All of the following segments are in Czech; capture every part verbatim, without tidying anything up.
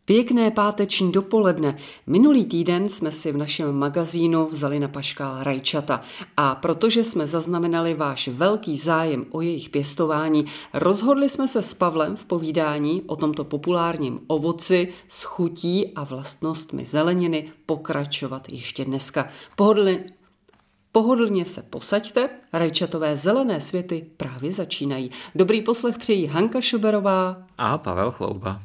Pěkné páteční dopoledne. Minulý týden jsme si v našem magazínu vzali na paškál rajčata a protože jsme zaznamenali váš velký zájem o jejich pěstování, rozhodli jsme se s Pavlem v povídání o tomto populárním ovoci s chutí a vlastnostmi zeleniny pokračovat ještě dneska. Pohodlně, pohodlně se posaďte, rajčatové zelené světy právě začínají. Dobrý poslech přejí Hanka Šuberová a Pavel Chlouba.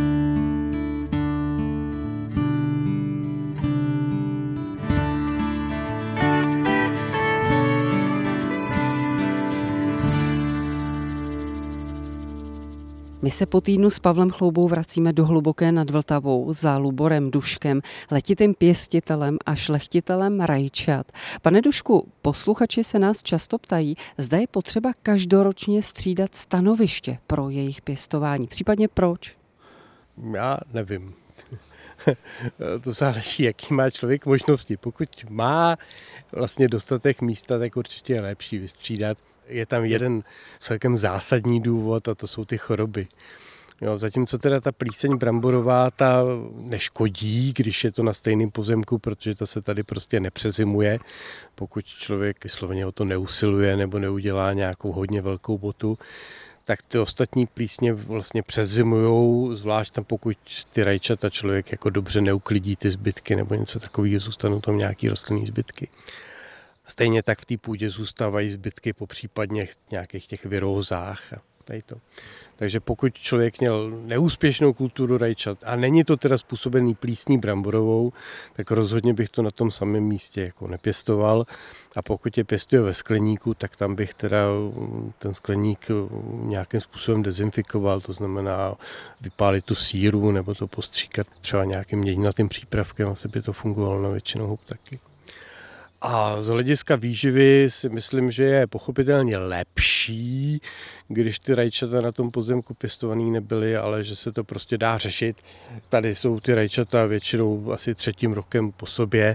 My se po týdnu s Pavlem Chloubou vracíme do Hluboké nad Vltavou za Luborem Duškem, letitým pěstitelem a šlechtitelem rajčat. Pane Dušku, posluchači se nás často ptají, zda je potřeba každoročně střídat stanoviště pro jejich pěstování, případně proč? Já nevím. To záleží, jaký má člověk možnosti. Pokud má vlastně dostatek místa, tak určitě je lepší vystřídat. Je tam jeden celkem zásadní důvod a to jsou ty choroby. Jo, zatímco teda ta plíseň bramborová, ta neškodí, když je to na stejném pozemku, protože ta se tady prostě nepřezimuje, pokud člověk vysloveně o to neusiluje nebo neudělá nějakou hodně velkou botu, tak ty ostatní plísně vlastně přezimujou, zvlášť tam pokud ty rajčata člověk jako dobře neuklidí ty zbytky nebo něco takového, zůstanou tam nějaký rostlinný zbytky. Stejně tak v té půdě zůstávají zbytky po případně nějakých těch virózách. A tady to. Takže pokud člověk měl neúspěšnou kulturu rajčat a není to teda způsobený plísní bramborovou, tak rozhodně bych to na tom samém místě jako nepěstoval. A pokud je pěstuje ve skleníku, tak tam bych teda ten skleník nějakým způsobem dezinfikoval, to znamená vypálit tu síru nebo to postříkat třeba nějakým jedinatým přípravkem, asi by to fungovalo na většinu hub taky. A z hlediska výživy si myslím, že je pochopitelně lepší, když ty rajčata na tom pozemku pěstovaný nebyly, ale že se to prostě dá řešit. Tady jsou ty rajčata většinou asi třetím rokem po sobě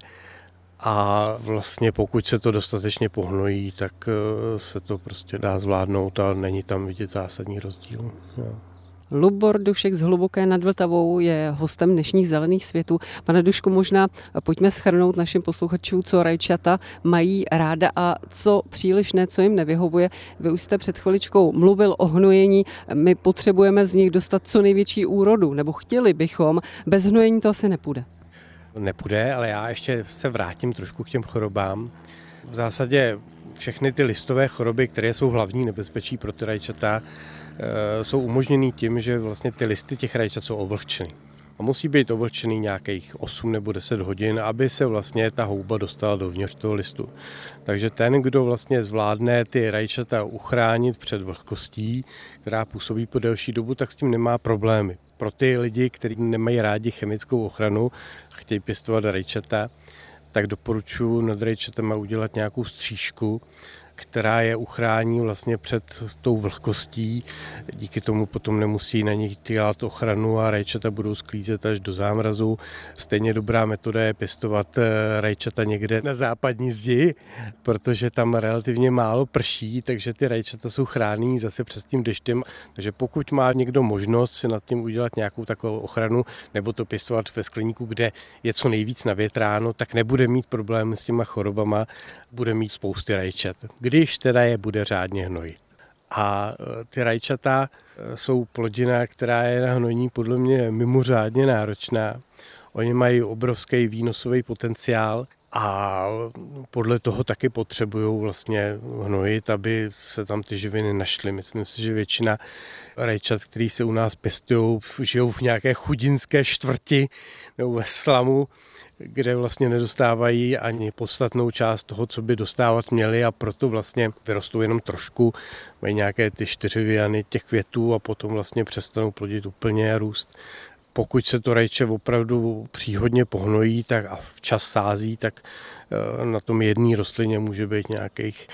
a vlastně pokud se to dostatečně pohnojí, tak se to prostě dá zvládnout a není tam vidět zásadní rozdíl. Jo. Lubor Dušek z Hluboké nad Vltavou je hostem dnešních zelených světů. Pane Dušku, možná pojďme shrnout našim posluchačům, co rajčata mají ráda a co příliš ne, co jim nevyhovuje. Vy už jste před chviličkou mluvil o hnojení. My potřebujeme z nich dostat co největší úrodu, nebo chtěli bychom. Bez hnojení to asi nepůjde. Nepůjde, ale já ještě se vrátím trošku k těm chorobám. V zásadě všechny ty listové choroby, které jsou hlavní nebezpečí pro ty rajčata, jsou umožněny tím, že vlastně ty listy těch rajčat jsou ovlhčeny. A musí být ovlhčený nějakých osm nebo deset hodin, aby se vlastně ta houba dostala dovnitř toho listu. Takže ten, kdo vlastně zvládne ty rajčata uchránit před vlhkostí, která působí po delší dobu, tak s tím nemá problémy. Pro ty lidi, kteří nemají rádi chemickou ochranu a chtějí pěstovat rajčata, tak doporučuji nad rajčatama udělat nějakou střížku, která je uchrání vlastně před tou vlhkostí. Díky tomu potom nemusí na nich dělat ochranu a rajčata budou sklízet až do zámrazu. Stejně dobrá metoda je pěstovat rajčata někde na západní zdi, protože tam relativně málo prší, takže ty rajčata jsou chráněny zase před tím deštěm. Takže pokud má někdo možnost si nad tím udělat nějakou takovou ochranu nebo to pěstovat ve skleníku, kde je co nejvíc navětráno, tak nebude mít problém s těma chorobama, bude mít spousty rajčat, když teda je bude řádně hnojit. A ty rajčata jsou plodina, která je na hnojení podle mě mimořádně náročná. Oni mají obrovský výnosový potenciál a podle toho taky potřebují vlastně hnojit, aby se tam ty živiny našly. Myslím si, že většina rajčat, který se u nás pěstují, žijou v nějaké chudinské čtvrti nebo ve slamu, kde vlastně nedostávají ani podstatnou část toho, co by dostávat měli a proto vlastně vyrostou jenom trošku, mají nějaké ty čtyři věny těch květů a potom vlastně přestanou plodit úplně a růst. Pokud se to rajče opravdu příhodně pohnojí tak a včas sází, tak Na tom jedné rostlině může být nějakých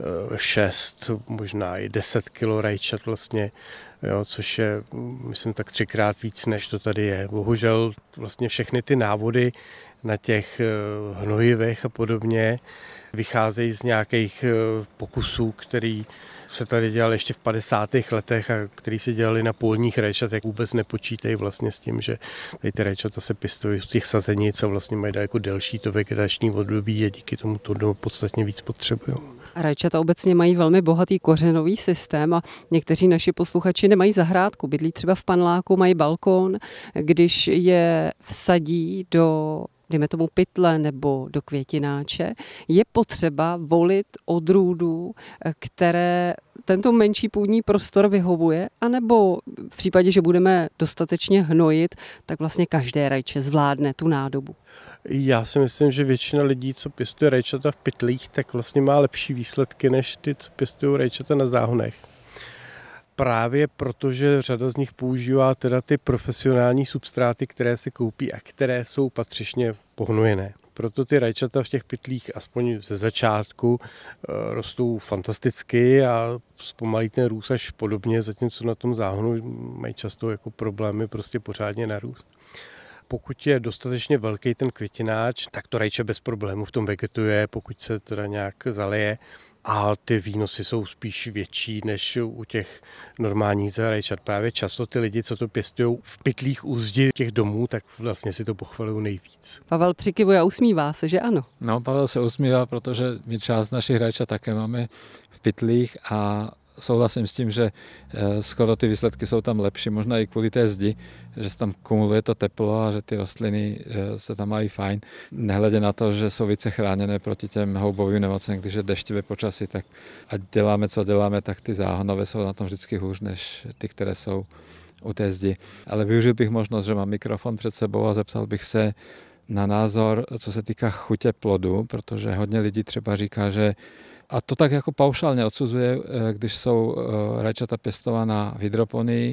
šest, možná i deset kilo rajčat vlastně, jo, což je, myslím, tak třikrát víc, než to tady je. Bohužel vlastně všechny ty návody na těch hnojivech a podobně vycházejí z nějakých pokusů, který se tady dělali ještě v padesátých letech a který se dělali na polních rajčatech. Vůbec nepočítají vlastně s tím, že tady ty rajčata se pěstují z těch sazenic a vlastně mají jako delší to vegetační období a díky tomu to podstatně víc potřebují. Rajčata obecně mají velmi bohatý kořenový systém a někteří naši posluchači nemají zahrádku. Bydlí třeba v paneláku, mají balkón. Když je vsadí do, dejme tomu, pytle nebo do květináče, je potřeba volit odrůdu, které tento menší půdní prostor vyhovuje, anebo v případě, že budeme dostatečně hnojit, tak vlastně každé rajče zvládne tu nádobu. Já si myslím, že většina lidí, co pěstuje rajčata v pytlích, tak vlastně má lepší výsledky než ty, co pěstují rajčata na záhonech. Právě protože řada z nich používá teda ty profesionální substráty, které se koupí a které jsou patřičně pohnojené. Proto ty rajčata v těch pytlích aspoň ze začátku rostou fantasticky a zpomalí ten růst až podobně, zatímco na tom záhonu mají často jako problémy prostě pořádně narůst. Pokud je dostatečně velký ten květináč, tak to rajče bez problémů v tom vegetuje, pokud se teda nějak zaleje. A ty výnosy jsou spíš větší než u těch normálních rajčat. Právě často ty lidi, co to pěstují v pytlích u zdi těch domů, tak vlastně si to pochvalují nejvíc. Pavel přikivuje a usmívá se, že ano? No, Pavel se usmívá, protože my část našich rajčat také máme v pytlích a souhlasím s tím, že skoro ty výsledky jsou tam lepší, možná i kvůli té zdi, že se tam kumuluje to teplo a že ty rostliny se tam mají fajn. Nehledě na to, že jsou více chráněné proti těm houbovým nemocem, když je deštivé počasí, tak ať děláme, co děláme, tak ty záhonové jsou na tom vždycky hůř, než ty, které jsou u té zdi. Ale využil bych možnost, že mám mikrofon před sebou a zeptal bych se na názor, co se týká chutě plodu, protože hodně lidí třeba říká, že a to tak jako paušálně odsuzuje, když jsou rajčata pěstovaná v hydroponii,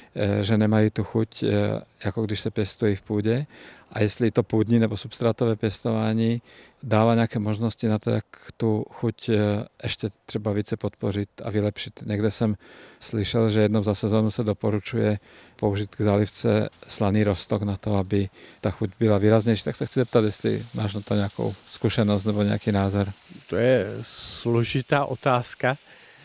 že nemají tu chuť, jako když se pěstují v půdě. A jestli to půdní nebo substrátové pěstování dává nějaké možnosti na to, jak tu chuť ještě třeba více podpořit a vylepšit. Někde jsem slyšel, že jednou za sezónu se doporučuje použít k zálivce slaný roztok na to, aby ta chuť byla výraznější. Tak se chci zeptat, jestli máš na to nějakou zkušenost nebo nějaký názor. To je složitá otázka.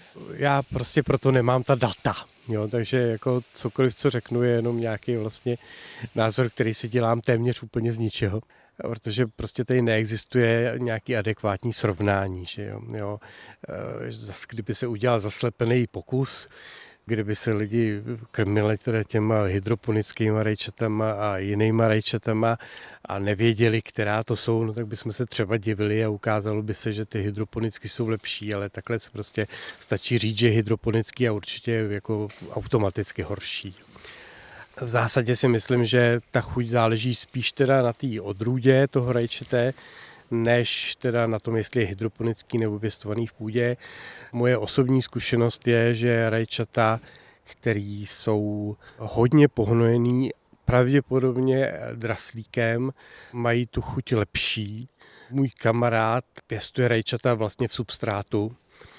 Já prostě proto nemám ta data. Jo, takže jako cokoliv, co řeknu, je jenom nějaký vlastně názor, který si dělám téměř úplně z ničeho. Protože prostě tady neexistuje nějaký adekvátní srovnání. Že jo? Jo, zas kdyby se udělal zaslepený pokus, kdyby se lidi krmili teda těma hydroponickýma rajčatama a jinýma rajčatama a nevěděli, která to jsou, no tak bychom se třeba divili a ukázalo by se, že ty hydroponicky jsou lepší, ale takhle se prostě stačí říct, že hydroponický a určitě jako automaticky horší. V zásadě si myslím, že ta chuť záleží spíš teda na té odrůdě toho rajčete, než teda na tom, jestli je hydroponický nebo pěstovaný v půdě. Moje osobní zkušenost je, že rajčata, který jsou hodně pohnojený, pravděpodobně draslíkem, mají tu chuť lepší. Můj kamarád pěstuje rajčata vlastně v substrátu.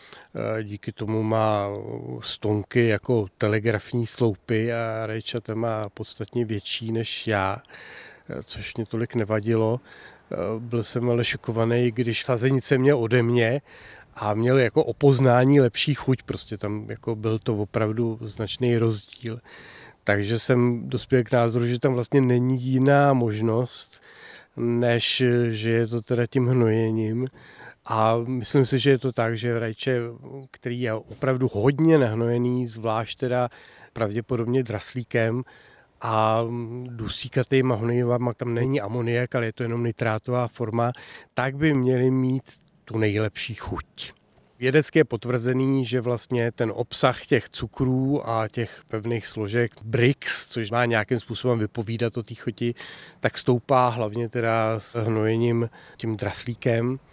Díky tomu má stonky jako telegrafní sloupy a rajčata má podstatně větší než já, což mě tolik nevadilo. Byl jsem ale šokovaný, když sazenice měl ode mě a měl jako opoznání lepší chuť, prostě tam jako byl to opravdu značný rozdíl. Takže jsem dospěl k názoru, že tam vlastně není jiná možnost, než že je to teda tím hnojením. A myslím si, že je to tak, že rajče, který je opravdu hodně nahnojený, zvlášť teda pravděpodobně draslíkem, a dusíkatýma hnojivama, tam není amoniak, ale je to jenom nitrátová forma, tak by měly mít tu nejlepší chuť. Vědecky je potvrzený, že vlastně ten obsah těch cukrů a těch pevných složek Brix, což má nějakým způsobem vypovídat o té chuti, tak stoupá hlavně teda s hnojením tím draslíkem.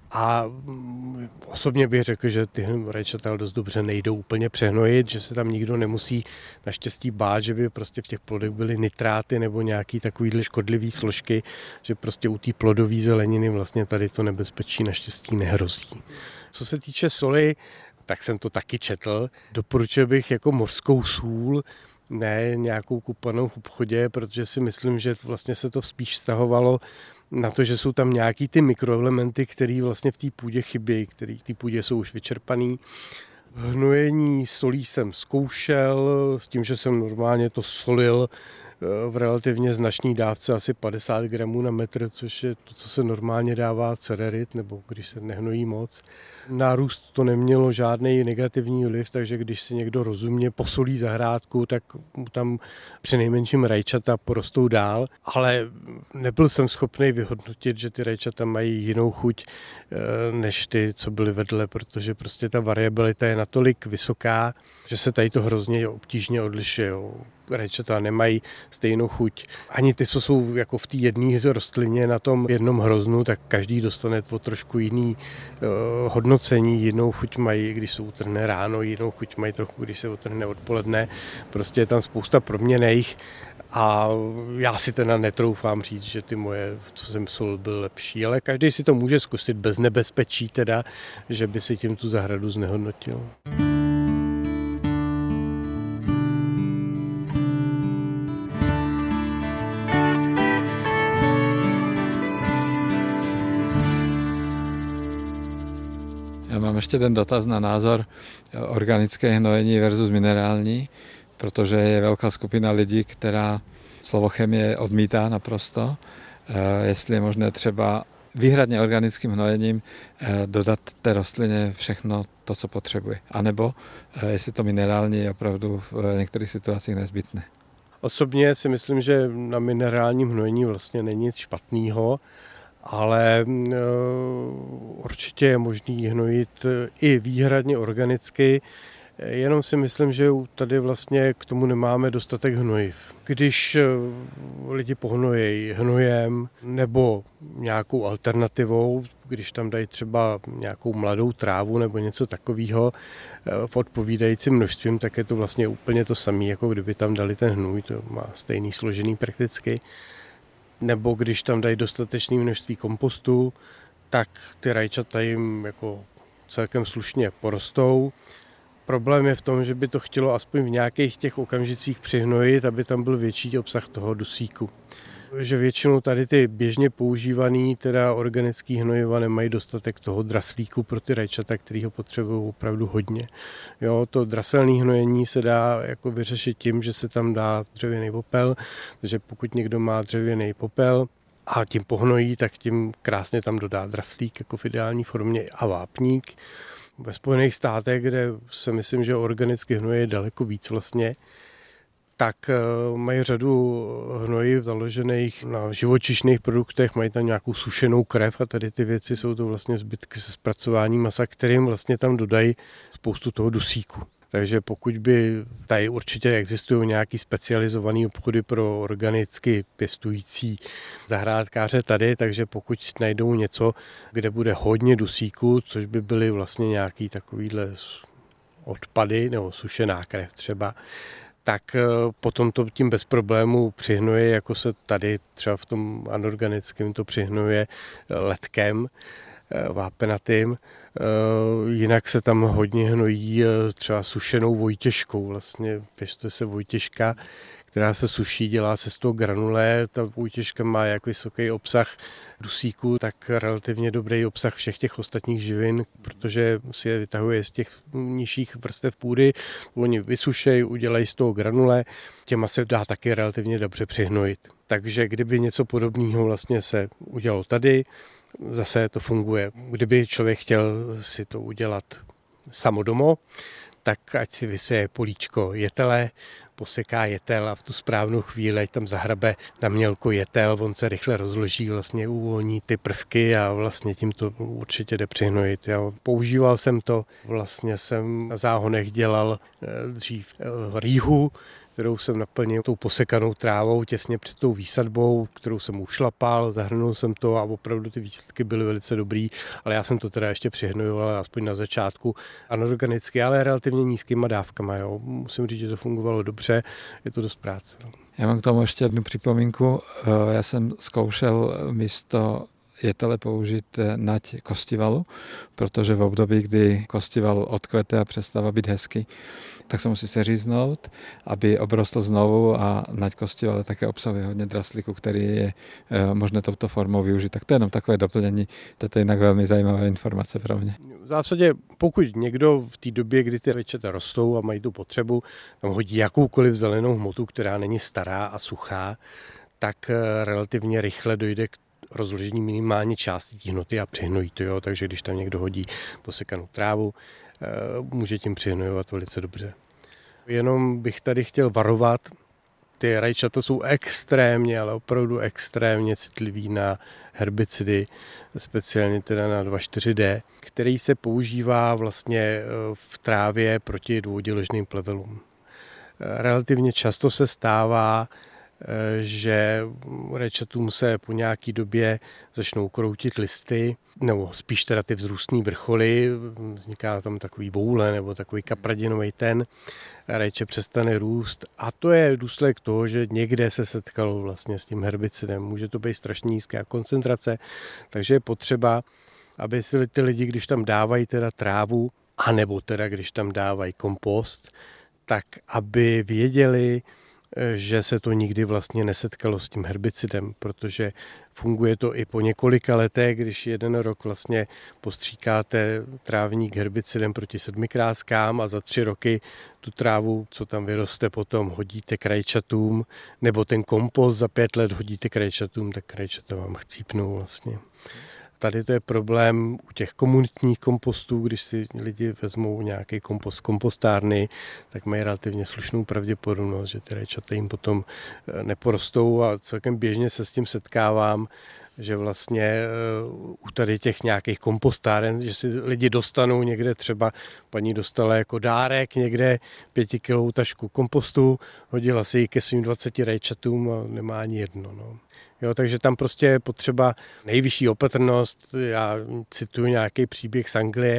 A osobně bych řekl, že ty rajčata dost dobře nejdou úplně přehnojit, že se tam nikdo nemusí naštěstí bát, že by prostě v těch plodech byly nitráty nebo nějaký takovýhle škodlivý složky, že prostě u té plodové zeleniny vlastně tady to nebezpečí naštěstí nehrozí. Co se týče soli, tak jsem to taky četl. Doporučil bych jako mořskou sůl, ne nějakou kupanou v obchodě, protože si myslím, že vlastně se to spíš vztahovalo na to, že jsou tam nějaký ty mikroelementy, které vlastně v té půdě chybějí, které v té půdě jsou už vyčerpaný. Hnojení solí jsem zkoušel s tím, že jsem normálně to solil v relativně značné dávce, asi padesát gramů na metr, což je to, co se normálně dává cererit, nebo když se nehnojí moc. Nárůst to nemělo žádný negativní vliv, takže když si někdo rozumně posolí zahrádku, tak mu tam přinejmenším rajčata porostou dál, ale nebyl jsem schopný vyhodnotit, že ty rajčata mají jinou chuť než ty, co byly vedle, protože prostě ta variabilita je natolik vysoká, že se tady to hrozně obtížně odlišuje. Rajčata nemají stejnou chuť. Ani ty, co jsou jako v té jedné rostlině na tom jednom hroznu, tak každý dostane o trošku jiný uh, hodnocení, jinou chuť mají, když se utrhne ráno, jinou chuť mají trochu, když se utrhne odpoledne. Prostě je tam spousta proměnných a já si teda netroufám říct, že ty moje, co jsem solil, byl lepší, ale každý si to může zkusit bez nebezpečí teda, že by si tím tu zahradu znehodnotil. Já mám ještě ten dotaz na názor organické hnojení versus minerální, protože je velká skupina lidí, která slovo chemie odmítá naprosto. Jestli je možné třeba výhradně organickým hnojením dodat té rostlině všechno to, co potřebuje. A nebo jestli to minerální je opravdu v některých situacích nezbytné. Osobně si myslím, že na minerálním hnojení vlastně není nic špatného, ale určitě je možný hnojit i výhradně organicky, jenom si myslím, že tady vlastně k tomu nemáme dostatek hnojiv. Když lidi pohnojejí hnojem nebo nějakou alternativou, když tam dají třeba nějakou mladou trávu nebo něco takového v odpovídajícím množstvím, tak je to vlastně úplně to samé, jako kdyby tam dali ten hnůj, to má stejný složený prakticky. Nebo když tam dají dostatečné množství kompostu, tak ty rajčata jim jako celkem slušně porostou. Problém je v tom, že by to chtělo aspoň v nějakých těch okamžicích přihnojit, aby tam byl větší obsah toho dusíku. Že většinou tady ty běžně používaný, teda organický hnojiva nemají dostatek toho draslíku pro ty rajčata, který ho potřebují opravdu hodně. Jo, to draselné hnojení se dá jako vyřešit tím, že se tam dá dřevěný popel, takže pokud někdo má dřevěný popel a tím pohnojí, tak tím krásně tam dodá draslík jako v ideální formě a vápník. Ve Spojených státech, kde se myslím, že organicky hnoje je daleko víc vlastně, tak mají řadu hnojiv založených na živočišných produktech, mají tam nějakou sušenou krev a tady ty věci jsou to vlastně zbytky se zpracování masa, kterým vlastně tam dodají spoustu toho dusíku. Takže pokud by tady určitě existují nějaký specializované obchody pro organicky pěstující zahrádkáře tady, takže pokud najdou něco, kde bude hodně dusíku, což by byly vlastně nějaký takovýhle odpady nebo sušená krev třeba, tak potom to tím bez problému přihnuje, jako se tady třeba v tom anorganickém to přihnuje ledkem vápenatým. Jinak se tam hodně hnojí třeba sušenou vojtěžkou. Vlastně pěstuje se vojtěžka, která se suší, dělá se z toho granulé. Ta vojtěžka má jak vysoký obsah dusíku, tak relativně dobrý obsah všech těch ostatních živin, protože si je vytahuje z těch nižších vrstev půdy. Oni vysušejí, udělají z toho granule, těma se dá taky relativně dobře přihnojit. Takže kdyby něco podobného vlastně se udělalo tady, zase to funguje. Kdyby člověk chtěl si to udělat samodomo, tak ať si vyseje políčko jetele, poseká jetel a v tu správnou chvíli, ať tam zahrabe na mělko jetel, on se rychle rozloží, vlastně uvolní ty prvky a vlastně tím to určitě jde přihnojit. Já používal jsem to, vlastně jsem na záhonech dělal dřív rýhu, kterou jsem naplnil tou posekanou trávou těsně před tou výsadbou, kterou jsem ušlapal, zahrnul jsem to a opravdu ty výsledky byly velice dobrý, ale já jsem to teda ještě přihnojoval aspoň na začátku anorganicky, ale relativně nízkýma dávkama. Jo. Musím říct, že to fungovalo dobře, je to dost práce. No. Já mám k tomu ještě jednu připomínku. Já jsem zkoušel místo jetele použít nať kostivalu, protože v období, kdy kostival odkvete a přestává být hezký, tak se musí seříznout, aby obrostl znovu a nať kostival také obsahuje hodně draslíku, který je možné touto formou využít. Tak to je jenom takové doplnění, to je jinak velmi zajímavá informace pro mě. V zásadě, pokud někdo v té době, kdy ty rajčata rostou a mají tu potřebu, tam hodí jakoukoliv zelenou hmotu, která není stará a suchá, tak relativně rychle dojde k rozložení minimálně části té hnoty a přihnojí to. Jo? Takže když tam někdo hodí posekanou trávu, může tím přihnojovat velice dobře. Jenom bych tady chtěl varovat, ty rajčata jsou extrémně, ale opravdu extrémně citlivý na herbicidy, speciálně teda na dva čtyři D, který se používá vlastně v trávě proti dvouděložným plevelům. Relativně často se stává, že rajčatům se po nějaký době začnou kroutit listy, nebo spíš teda ty vzrůstní vrcholy, vzniká tam takový boule nebo takový kapradinový ten, rajče přestane růst a to je důsledek toho, že někde se setkalo vlastně s tím herbicidem. Může to být strašně nízká koncentrace, takže je potřeba, aby si ty lidi, když tam dávají teda trávu, anebo teda když tam dávají kompost, tak aby věděli, že se to nikdy vlastně nesetkalo s tím herbicidem, protože funguje to i po několika letech, když jeden rok vlastně postříkáte trávník herbicidem proti sedmikráskám a za tři roky tu trávu, co tam vyroste, potom hodíte k rajčatům, nebo ten kompost za pět let hodíte k rajčatům, tak rajčata vám chcípnou vlastně. Tady to je problém u těch komunitních kompostů, když si lidi vezmou nějaký kompost kompostárny, tak mají relativně slušnou pravděpodobnost, že ty rajčata jim potom neporostou a celkem běžně se s tím setkávám, že vlastně u tady těch nějakých kompostáren, že si lidi dostanou někde, třeba paní dostala jako dárek někde pětikilovou tašku kompostu, hodila si ji ke svým dvaceti rajčatům a nemá ani jedno. No. Jo, takže tam prostě je potřeba nejvyšší opatrnost. Já cituji nějaký příběh z Anglie,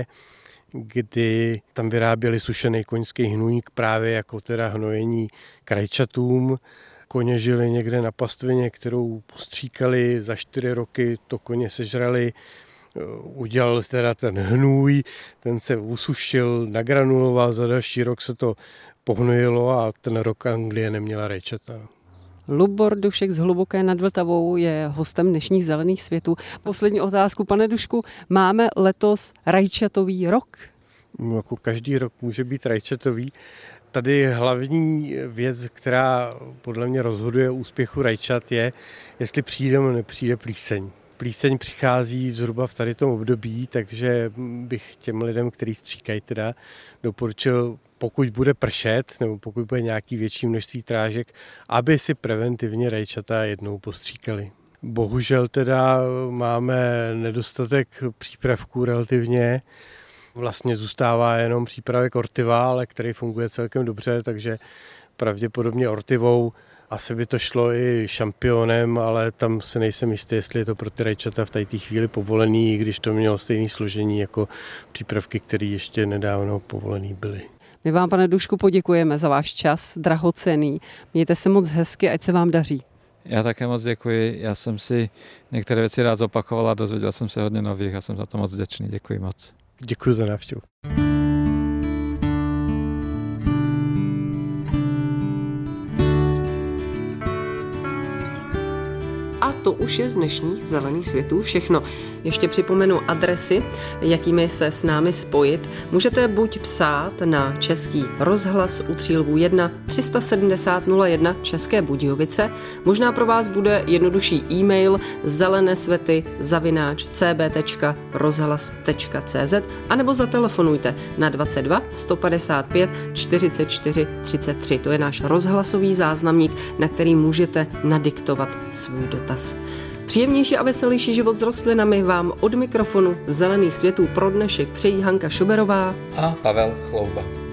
kdy tam vyráběli sušený koňský hnůjk právě jako teda hnojení k rajčatům. Koně žili někde na pastvině, kterou postříkali, za čtyři roky to koně sežrali, udělal teda ten hnůj, ten se usušil, nagranuloval, za další rok se to pohnojilo a ten rok Anglie neměla rajčata. Lubor Dušek z Hluboké nad Vltavou je hostem dnešních Zelených světů. Poslední otázku, pane Dušku, máme letos rajčatový rok? No, jako každý rok může být rajčatový. Tady hlavní věc, která podle mě rozhoduje o úspěchu rajčat, je, jestli přijde nebo nepřijde plíseň. Plíseň přichází zhruba v tady tom období, takže bych těm lidem, kteří stříkají, teda doporučil, pokud bude pršet nebo pokud bude nějaký větší množství trážek, aby si preventivně rajčata jednou postříkali. Bohužel teda máme nedostatek přípravků relativně. Vlastně zůstává jenom přípravek ortiva, ale který funguje celkem dobře, takže pravděpodobně ortivou asi by to šlo i šampionem, ale tam se nejsem jistý, jestli je to pro ty rajčata v té chvíli povolený, i když to mělo stejné složení jako přípravky, které ještě nedávno povolený byly. My vám, pane Dušku, poděkujeme za váš čas, drahocenný. Mějte se moc hezky, ať se vám daří. Já také moc děkuji. Já jsem si některé věci rád zopakoval a dozvěděl jsem se hodně nových a jsem za to moc vděčný. Děkuji moc. Děkuji za návštěvu. A to už je z dnešních Zelených světů všechno. Ještě připomenu adresy, jakými se s námi spojit. Můžete buď psát na Český rozhlas u Třílvů jedna tři sedmdesát nula jedna České Budějovice. Možná pro vás bude jednodušší e-mail zelenesvety zavináč c b tečka rozhlas tečka c z anebo zatelefonujte na dvacet dva sto padesát pět čtyřicet čtyři třicet tři. To je náš rozhlasový záznamník, na který můžete nadiktovat svůj dotaz. Příjemnější a veselější život s rostlinami vám od mikrofonu Zelených světů pro dnešek přejí Hanka Šuberová a Pavel Chlouba.